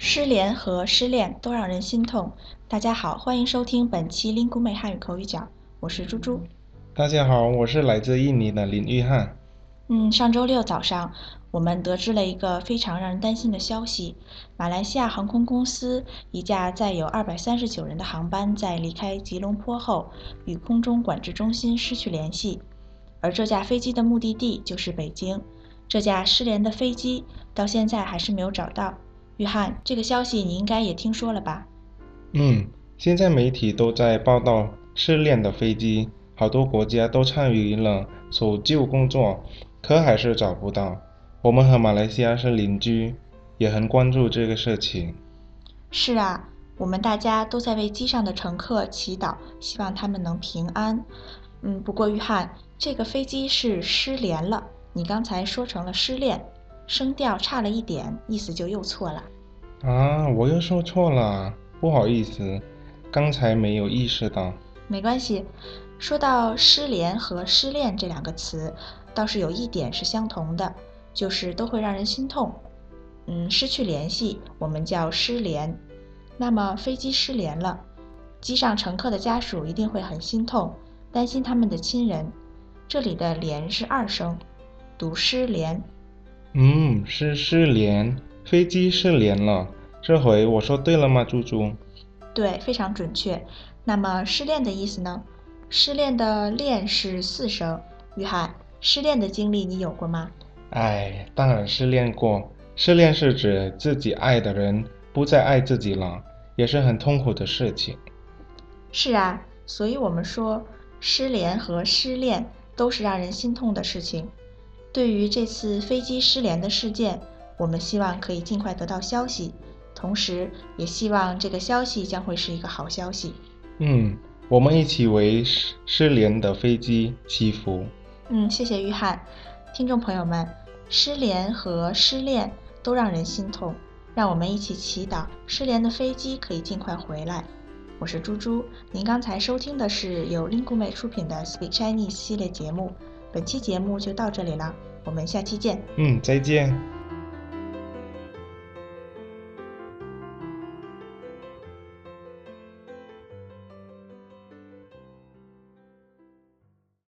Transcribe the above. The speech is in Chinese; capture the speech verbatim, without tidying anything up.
失联和失恋都让人心痛。大家好，欢迎收听本期 Lingume 汉语口语角，我是猪猪。 大家好，我是来自印尼的林玉翰。 嗯，上周六早上，我们得知了一个非常让人担心的消息：马来西亚航空公司一架载有二百三十九人的航班在离开吉隆坡后，与空中管制中心失去联系，而这架飞机的目的地就是北京。这架失联的飞机到现在还是没有找到。约翰，这个消息你应该也听说了吧？ 嗯，现在媒体都在报道失联的飞机，好多国家都参与了搜救工作，可还是找不到。我们和马来西亚是邻居，也很关注这个事情。 是啊，我们大家都在为机上的乘客祈祷，希望他们能平安。嗯，不过约翰，这个飞机是失联了，你刚才说成了失恋，声调差了一点，意思就又错了。 啊，我又说错了，不好意思，刚才没有意识到。 没关系，说到失联和失恋这两个词，倒是有一点是相同的，就是都会让人心痛。嗯，失去联系，我们叫失联。那么飞机失联了，机上乘客的家属一定会很心痛，担心他们的亲人。这里的联是二声，读失联。 嗯，是失联，飞机失联了。这回我说对了吗，猪猪？ 对，非常准确。那么失恋的意思呢？失恋的恋是四声。约翰，失恋的经历你有过吗？ 哎，当然失恋过。失恋是指自己爱的人不再爱自己了，也是很痛苦的事情。 是啊，所以我们说失联和失恋都是让人心痛的事情。对于这次飞机失联的事件，我们希望可以尽快得到消息，同时也希望这个消息将会是一个好消息。 嗯，我们一起为失失联的飞机祈福。 嗯，谢谢约翰。听众朋友们，失联和失恋都让人心痛，让我们一起祈祷失联的飞机可以尽快回来。我是猪猪，您刚才收听的是由 Lingume 出品的 Speak Chinese 系列节目，本期节目就到这里了，我们下期见。 嗯，再见。